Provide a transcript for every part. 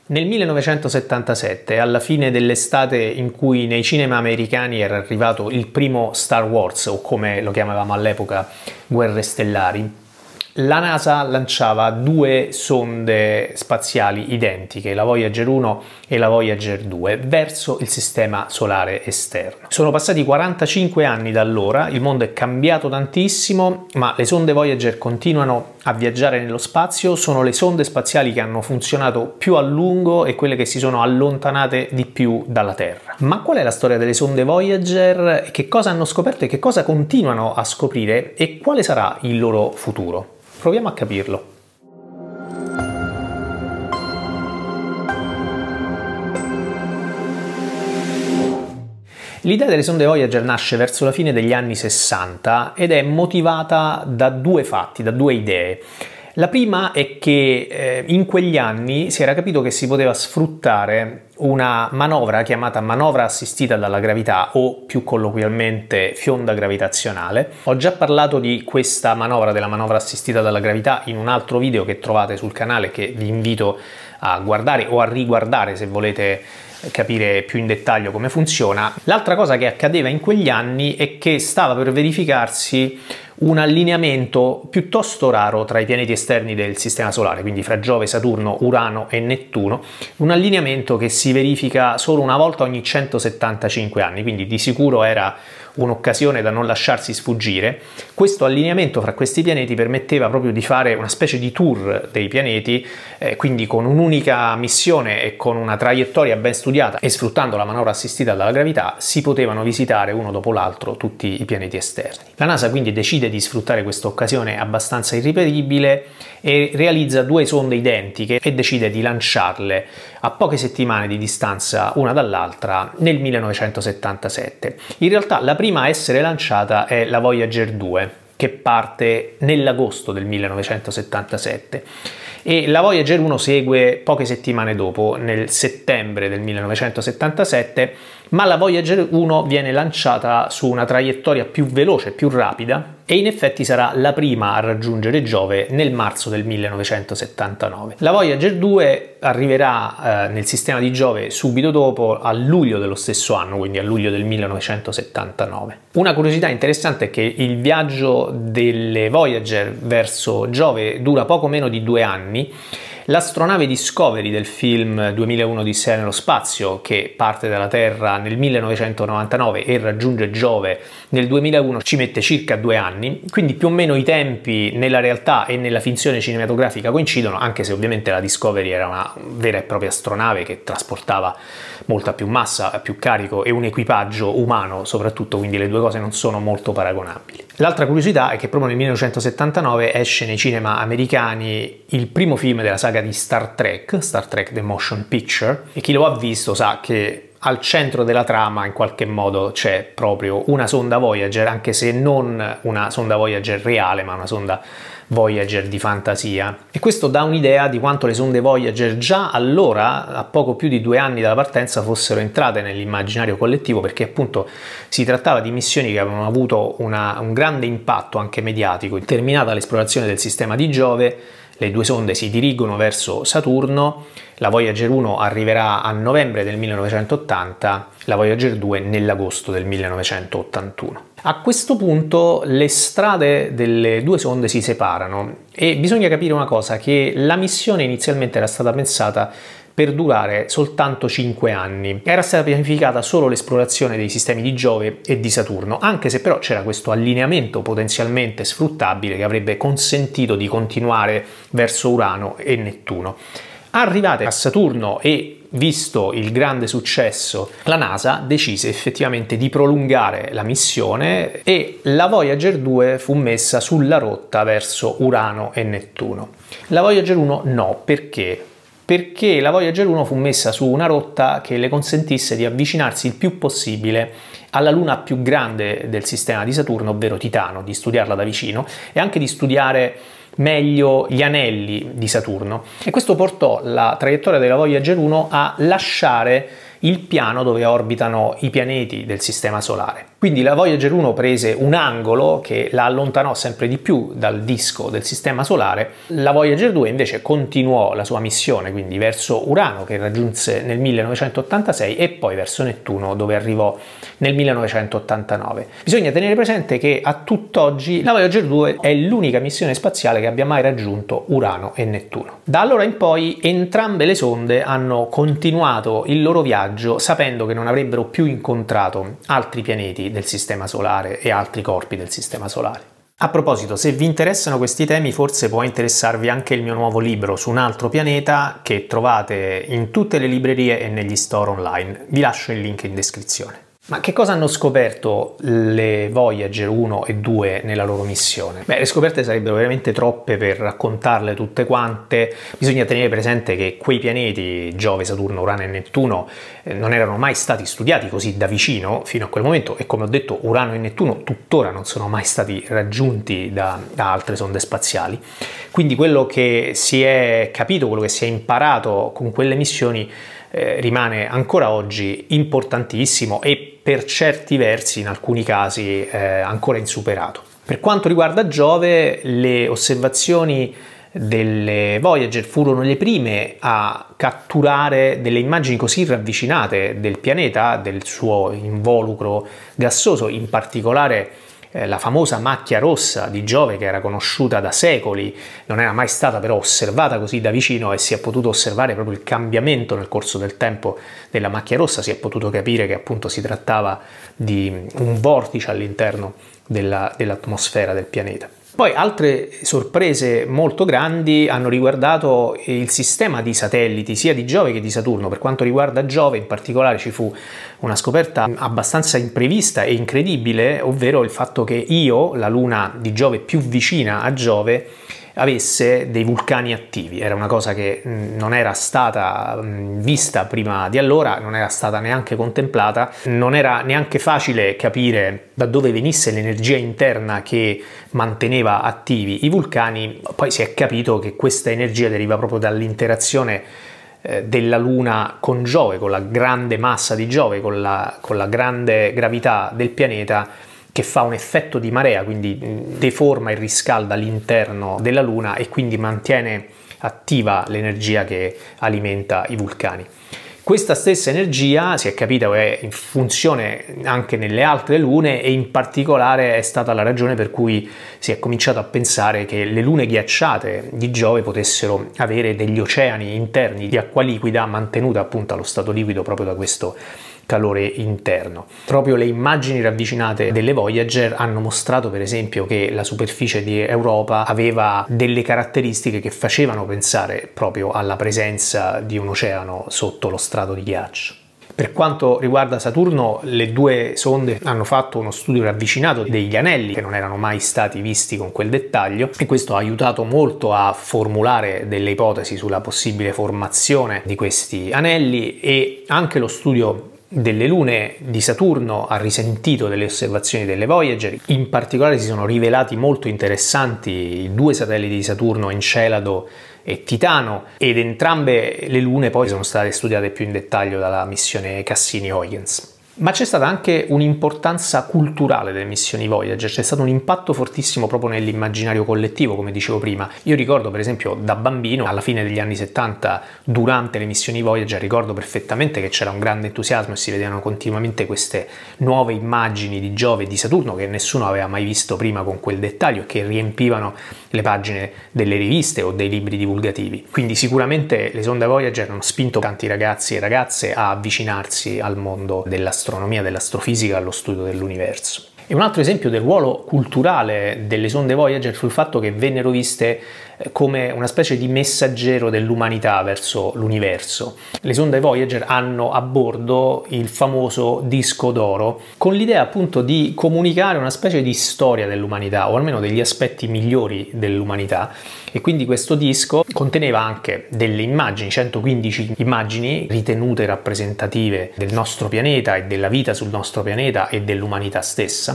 Nel 1977, alla fine dell'estate in cui nei cinema americani era arrivato il primo Star Wars, o come lo chiamavamo all'epoca, Guerre Stellari, la NASA lanciava due sonde spaziali identiche, la Voyager 1 e la Voyager 2, verso il sistema solare esterno. Sono passati 45 anni da allora, il mondo è cambiato tantissimo, ma le sonde Voyager continuano a viaggiare nello spazio, sono le sonde spaziali che hanno funzionato più a lungo e quelle che si sono allontanate di più dalla Terra. Ma qual è la storia delle sonde Voyager? Che cosa hanno scoperto e che cosa continuano a scoprire e quale sarà il loro futuro? Proviamo a capirlo. L'idea delle sonde Voyager nasce verso la fine degli anni 60 ed è motivata da due fatti, da due idee. La prima è che in quegli anni si era capito che si poteva sfruttare una manovra chiamata manovra assistita dalla gravità o più colloquialmente fionda gravitazionale. Ho già parlato di questa manovra, della manovra assistita dalla gravità, in un altro video che trovate sul canale che vi invito a guardare o a riguardare se volete capire più in dettaglio come funziona. L'altra cosa che accadeva in quegli anni è che stava per verificarsi un allineamento piuttosto raro tra i pianeti esterni del Sistema Solare, quindi fra Giove, Saturno, Urano e Nettuno, un allineamento che si verifica solo una volta ogni 175 anni, quindi di sicuro era un'occasione da non lasciarsi sfuggire. Questo allineamento fra questi pianeti permetteva proprio di fare una specie di tour dei pianeti, quindi con un'unica missione e con una traiettoria ben studiata e sfruttando la manovra assistita dalla gravità si potevano visitare uno dopo l'altro tutti i pianeti esterni. La NASA quindi decide di sfruttare questa occasione abbastanza irripetibile e realizza due sonde identiche e decide di lanciarle a poche settimane di distanza una dall'altra nel 1977. In realtà la prima a essere lanciata è la Voyager 2, che parte nell'agosto del 1977 e la Voyager 1 segue poche settimane dopo, nel settembre del 1977, ma la Voyager 1 viene lanciata su una traiettoria più veloce, più rapida, e in effetti sarà la prima a raggiungere Giove nel marzo del 1979. La Voyager 2 arriverà nel sistema di Giove subito dopo, a luglio dello stesso anno, quindi a luglio del 1979. Una curiosità interessante è che il viaggio delle Voyager verso Giove dura poco meno di 2 anni. L'astronave Discovery del film 2001 Odissea nello spazio, che parte dalla Terra nel 1999 e raggiunge Giove nel 2001, ci mette circa 2 anni, quindi più o meno i tempi nella realtà e nella finzione cinematografica coincidono, anche se ovviamente la Discovery era una vera e propria astronave che trasportava molta più massa, più carico e un equipaggio umano soprattutto, quindi le due cose non sono molto paragonabili. L'altra curiosità è che proprio nel 1979 esce nei cinema americani il primo film della saga di Star Trek The Motion Picture, e chi lo ha visto sa che al centro della trama in qualche modo c'è proprio una sonda Voyager, anche se non una sonda Voyager reale, ma una sonda Voyager di fantasia. E questo dà un'idea di quanto le sonde Voyager già allora, a poco più di 2 anni dalla partenza, fossero entrate nell'immaginario collettivo, perché appunto si trattava di missioni che avevano avuto un grande impatto anche mediatico. Terminata l'esplorazione del sistema di Giove, le due sonde si dirigono verso Saturno, la Voyager 1 arriverà a novembre del 1980, la Voyager 2 nell'agosto del 1981. A questo punto le strade delle due sonde si separano e bisogna capire una cosa, che la missione inizialmente era stata pensata per durare soltanto 5 anni. Era stata pianificata solo l'esplorazione dei sistemi di Giove e di Saturno, anche se però c'era questo allineamento potenzialmente sfruttabile che avrebbe consentito di continuare verso Urano e Nettuno. Arrivate a Saturno e visto il grande successo, la NASA decise effettivamente di prolungare la missione e la Voyager 2 fu messa sulla rotta verso Urano e Nettuno. La Voyager 1 no, perché? Perché la Voyager 1 fu messa su una rotta che le consentisse di avvicinarsi il più possibile alla luna più grande del sistema di Saturno, ovvero Titano, di studiarla da vicino e anche di studiare meglio gli anelli di Saturno. E questo portò la traiettoria della Voyager 1 a lasciare il piano dove orbitano i pianeti del Sistema Solare. Quindi la Voyager 1 prese un angolo che la allontanò sempre di più dal disco del Sistema Solare. La Voyager 2 invece continuò la sua missione, quindi verso Urano, che raggiunse nel 1986, e poi verso Nettuno, dove arrivò nel 1989. Bisogna tenere presente che a tutt'oggi la Voyager 2 è l'unica missione spaziale che abbia mai raggiunto Urano e Nettuno. Da allora in poi entrambe le sonde hanno continuato il loro viaggio sapendo che non avrebbero più incontrato altri pianeti del Sistema Solare e altri corpi del Sistema Solare. A proposito, se vi interessano questi temi, forse può interessarvi anche il mio nuovo libro su un altro pianeta, che trovate in tutte le librerie e negli store online. Vi lascio il link in descrizione. Ma che cosa hanno scoperto le Voyager 1 e 2 nella loro missione? Beh, le scoperte sarebbero veramente troppe per raccontarle tutte quante. Bisogna tenere presente che quei pianeti, Giove, Saturno, Urano e Nettuno, non erano mai stati studiati così da vicino fino a quel momento, e come ho detto Urano e Nettuno tuttora non sono mai stati raggiunti da altre sonde spaziali. Quindi quello che si è capito, quello che si è imparato con quelle missioni rimane ancora oggi importantissimo e per certi versi, in alcuni casi, ancora insuperato. Per quanto riguarda Giove, le osservazioni delle Voyager furono le prime a catturare delle immagini così ravvicinate del pianeta, del suo involucro gassoso, in particolare la famosa macchia rossa di Giove, che era conosciuta da secoli, non era mai stata però osservata così da vicino, e si è potuto osservare proprio il cambiamento nel corso del tempo della macchia rossa. Si è potuto capire che appunto si trattava di un vortice all'interno dell'atmosfera del pianeta. Poi altre sorprese molto grandi hanno riguardato il sistema di satelliti sia di Giove che di Saturno. Per quanto riguarda Giove in particolare ci fu una scoperta abbastanza imprevista e incredibile, ovvero il fatto che Io, la luna di Giove più vicina a Giove, avesse dei vulcani attivi. Era una cosa che non era stata vista prima di allora, non era stata neanche contemplata, non era neanche facile capire da dove venisse l'energia interna che manteneva attivi i vulcani. Poi si è capito che questa energia deriva proprio dall'interazione della Luna con Giove, con la grande massa di Giove, con la grande gravità del pianeta, che fa un effetto di marea, quindi deforma e riscalda l'interno della Luna e quindi mantiene attiva l'energia che alimenta i vulcani. Questa stessa energia si è capita che è in funzione anche nelle altre lune, e in particolare è stata la ragione per cui si è cominciato a pensare che le lune ghiacciate di Giove potessero avere degli oceani interni di acqua liquida, mantenuta appunto allo stato liquido proprio da questo calore interno. Proprio le immagini ravvicinate delle Voyager hanno mostrato per esempio che la superficie di Europa aveva delle caratteristiche che facevano pensare proprio alla presenza di un oceano sotto lo strato di ghiaccio. Per quanto riguarda Saturno, le due sonde hanno fatto uno studio ravvicinato degli anelli che non erano mai stati visti con quel dettaglio, e questo ha aiutato molto a formulare delle ipotesi sulla possibile formazione di questi anelli. E anche lo studio delle lune di Saturno ha risentito delle osservazioni delle Voyager. In particolare si sono rivelati molto interessanti i due satelliti di Saturno, Encelado e Titano, ed entrambe le lune poi sono state studiate più in dettaglio dalla missione Cassini-Huygens. Ma c'è stata anche un'importanza culturale delle missioni Voyager, c'è stato un impatto fortissimo proprio nell'immaginario collettivo, come dicevo prima. Io ricordo per esempio da bambino, alla fine degli anni 70, durante le missioni Voyager, ricordo perfettamente che c'era un grande entusiasmo e si vedevano continuamente queste nuove immagini di Giove e di Saturno che nessuno aveva mai visto prima con quel dettaglio, e che riempivano le pagine delle riviste o dei libri divulgativi. Quindi sicuramente le sonde Voyager hanno spinto tanti ragazzi e ragazze a avvicinarsi al mondo dell'astronomia, dell'astrofisica, allo studio dell'universo. E un altro esempio del ruolo culturale delle sonde Voyager fu il fatto che vennero viste come una specie di messaggero dell'umanità verso l'universo. Le sonde Voyager hanno a bordo il famoso disco d'oro, con l'idea appunto di comunicare una specie di storia dell'umanità, o almeno degli aspetti migliori dell'umanità, e quindi questo disco conteneva anche delle immagini, 115 immagini ritenute rappresentative del nostro pianeta e della vita sul nostro pianeta e dell'umanità stessa.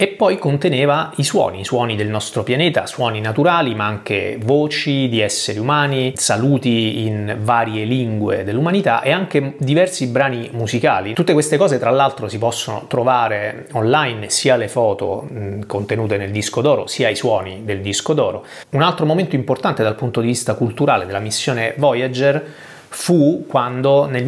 e poi conteneva i suoni del nostro pianeta, suoni naturali ma anche voci di esseri umani, saluti in varie lingue dell'umanità e anche diversi brani musicali. Tutte queste cose tra l'altro si possono trovare online, sia le foto contenute nel disco d'oro sia i suoni del disco d'oro. Un altro momento importante dal punto di vista culturale della missione Voyager fu quando nel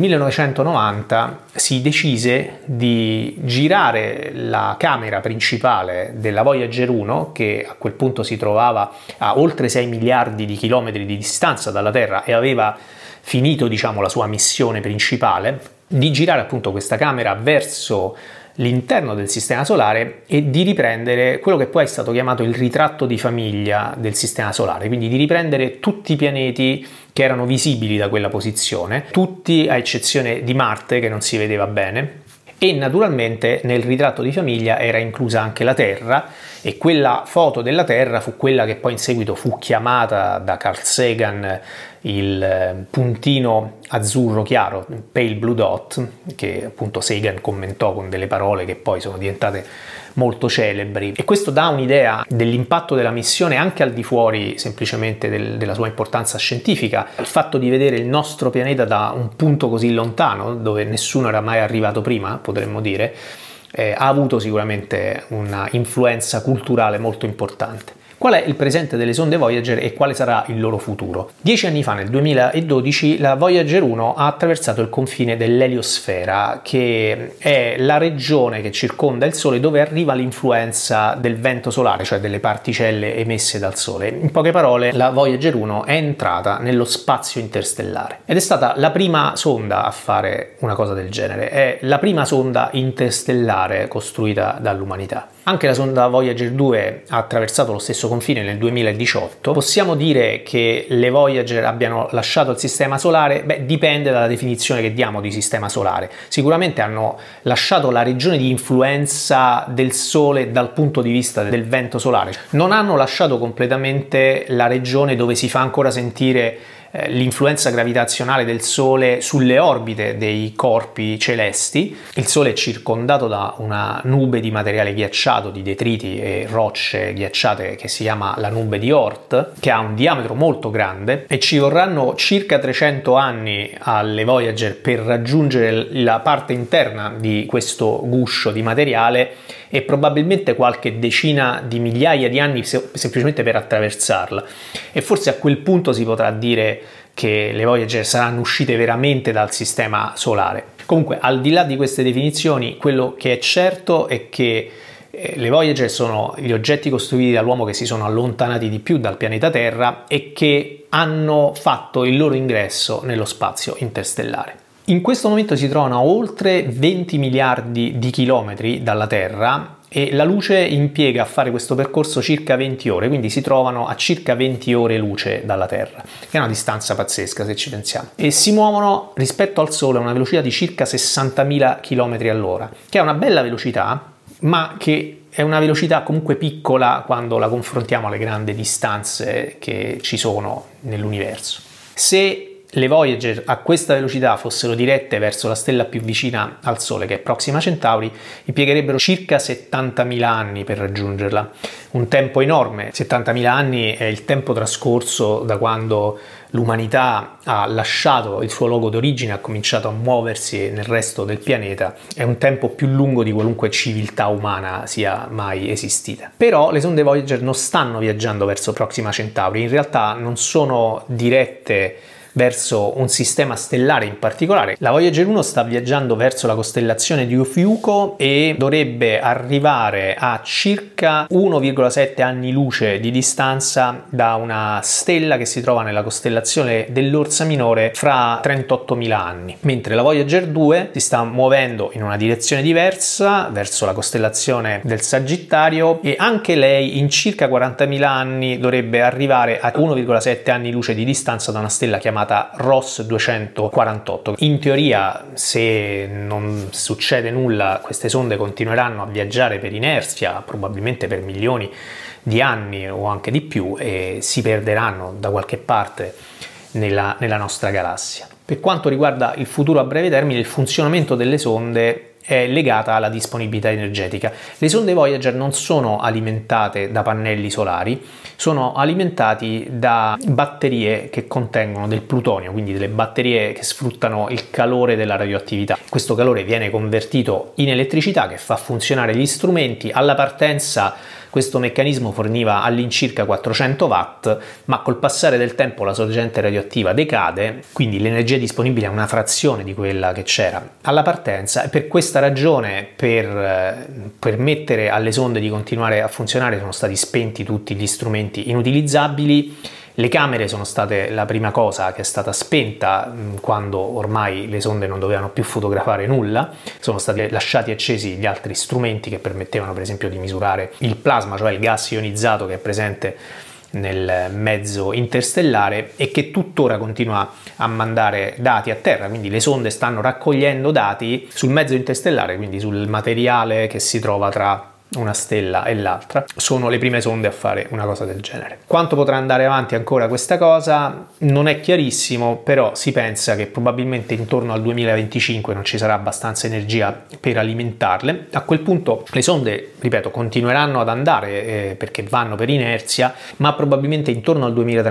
1990 si decise di girare la camera principale della Voyager 1, che a quel punto si trovava a oltre 6 miliardi di chilometri di distanza dalla Terra e aveva finito, diciamo, la sua missione principale, di girare appunto questa camera verso l'interno del sistema solare e di riprendere quello che poi è stato chiamato il ritratto di famiglia del sistema solare, quindi di riprendere tutti i pianeti che erano visibili da quella posizione, tutti a eccezione di Marte che non si vedeva bene, e naturalmente nel ritratto di famiglia era inclusa anche la Terra, e quella foto della Terra fu quella che poi in seguito fu chiamata da Carl Sagan il puntino azzurro chiaro, pale blue dot, che appunto Sagan commentò con delle parole che poi sono diventate molto celebri, e questo dà un'idea dell'impatto della missione anche al di fuori semplicemente della sua importanza scientifica. Il fatto di vedere il nostro pianeta da un punto così lontano, dove nessuno era mai arrivato prima, potremmo dire, ha avuto sicuramente una influenza culturale molto importante. Qual è il presente delle sonde Voyager e quale sarà il loro futuro? 10 anni fa, nel 2012, la Voyager 1 ha attraversato il confine dell'eliosfera, che è la regione che circonda il Sole dove arriva l'influenza del vento solare, cioè delle particelle emesse dal Sole. In poche parole, la Voyager 1 è entrata nello spazio interstellare ed è stata la prima sonda a fare una cosa del genere. È la prima sonda interstellare costruita dall'umanità. Anche la sonda Voyager 2 ha attraversato lo stesso confine nel 2018. Possiamo dire che le Voyager abbiano lasciato il sistema solare? Beh, dipende dalla definizione che diamo di sistema solare. Sicuramente hanno lasciato la regione di influenza del Sole dal punto di vista del vento solare. Non hanno lasciato completamente la regione dove si fa ancora sentire l'influenza gravitazionale del Sole sulle orbite dei corpi celesti. Il Sole è circondato da una nube di materiale ghiacciato, di detriti e rocce ghiacciate che si chiama la nube di Oort, che ha un diametro molto grande, e ci vorranno circa 300 anni alle Voyager per raggiungere la parte interna di questo guscio di materiale e probabilmente qualche decina di migliaia di anni semplicemente per attraversarla, e forse a quel punto si potrà dire che le Voyager saranno uscite veramente dal sistema solare. Comunque, al di là di queste definizioni, quello che è certo è che le Voyager sono gli oggetti costruiti dall'uomo che si sono allontanati di più dal pianeta Terra e che hanno fatto il loro ingresso nello spazio interstellare. In questo momento si trovano a oltre 20 miliardi di chilometri dalla Terra e la luce impiega a fare questo percorso circa 20 ore, quindi si trovano a circa 20 ore luce dalla Terra, che è una distanza pazzesca se ci pensiamo. E si muovono rispetto al Sole a una velocità di circa 60.000 km all'ora, che è una bella velocità, ma che è una velocità comunque piccola quando la confrontiamo alle grandi distanze che ci sono nell'universo. Se le Voyager a questa velocità fossero dirette verso la stella più vicina al Sole, che è Proxima Centauri, impiegherebbero circa 70.000 anni per raggiungerla. Un tempo enorme. 70.000 anni è il tempo trascorso da quando l'umanità ha lasciato il suo luogo d'origine e ha cominciato a muoversi nel resto del pianeta. È un tempo più lungo di qualunque civiltà umana sia mai esistita. Però le sonde Voyager non stanno viaggiando verso Proxima Centauri, in realtà non sono dirette verso un sistema stellare in particolare. La Voyager 1 sta viaggiando verso la costellazione di Ofiuco e dovrebbe arrivare a circa 1,7 anni luce di distanza da una stella che si trova nella costellazione dell'Orsa Minore fra 38.000 anni, mentre la Voyager 2 si sta muovendo in una direzione diversa verso la costellazione del Sagittario e anche lei in circa 40.000 anni dovrebbe arrivare a 1,7 anni luce di distanza da una stella chiamata Ross 248. In teoria, se non succede nulla, queste sonde continueranno a viaggiare per inerzia, probabilmente per milioni di anni o anche di più, e si perderanno da qualche parte nella nostra galassia. Per quanto riguarda il futuro a breve termine, il funzionamento delle sonde è legata alla disponibilità energetica. Le sonde Voyager non sono alimentate da pannelli solari, sono alimentati da batterie che contengono del plutonio, quindi delle batterie che sfruttano il calore della radioattività. Questo calore viene convertito in elettricità che fa funzionare gli strumenti. Alla partenza questo meccanismo forniva all'incirca 400 watt, ma col passare del tempo la sorgente radioattiva decade, quindi l'energia disponibile è una frazione di quella che c'era alla partenza, e per questa ragione, per permettere alle sonde di continuare a funzionare, sono stati spenti tutti gli strumenti inutilizzabili. Le camere sono state la prima cosa che è stata spenta quando ormai le sonde non dovevano più fotografare nulla, sono stati lasciati accesi gli altri strumenti che permettevano per esempio di misurare il plasma, cioè il gas ionizzato che è presente nel mezzo interstellare e che tuttora continua a mandare dati a terra, quindi le sonde stanno raccogliendo dati sul mezzo interstellare, quindi sul materiale che si trova tra una stella e l'altra. Sono le prime sonde a fare una cosa del genere. Quanto potrà andare avanti ancora questa cosa non è chiarissimo, però si pensa che probabilmente intorno al 2025 non ci sarà abbastanza energia per alimentarle. A quel punto le sonde, ripeto, continueranno ad andare perché vanno per inerzia, ma probabilmente intorno al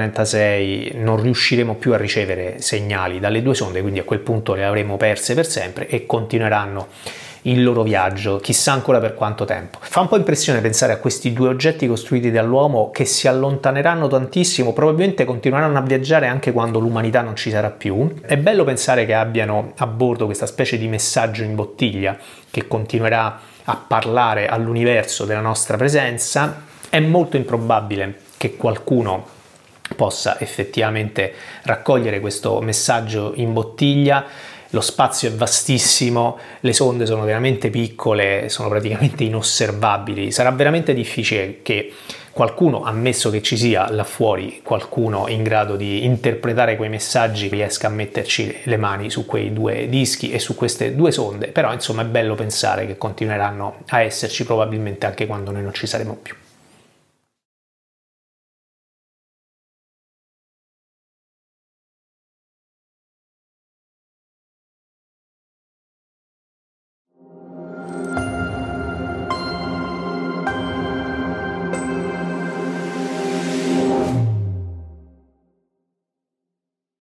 2036 non riusciremo più a ricevere segnali dalle due sonde, quindi a quel punto le avremo perse per sempre e continueranno il loro viaggio, chissà ancora per quanto tempo. Fa un po' impressione pensare a questi due oggetti costruiti dall'uomo che si allontaneranno tantissimo, probabilmente continueranno a viaggiare anche quando l'umanità non ci sarà più. È bello pensare che abbiano a bordo questa specie di messaggio in bottiglia che continuerà a parlare all'universo della nostra presenza. È molto improbabile che qualcuno possa effettivamente raccogliere questo messaggio in bottiglia. Lo spazio è vastissimo, le sonde sono veramente piccole, sono praticamente inosservabili. Sarà veramente difficile che qualcuno, ammesso che ci sia là fuori qualcuno in grado di interpretare quei messaggi, riesca a metterci le mani su quei due dischi e su queste due sonde, però insomma è bello pensare che continueranno a esserci probabilmente anche quando noi non ci saremo più.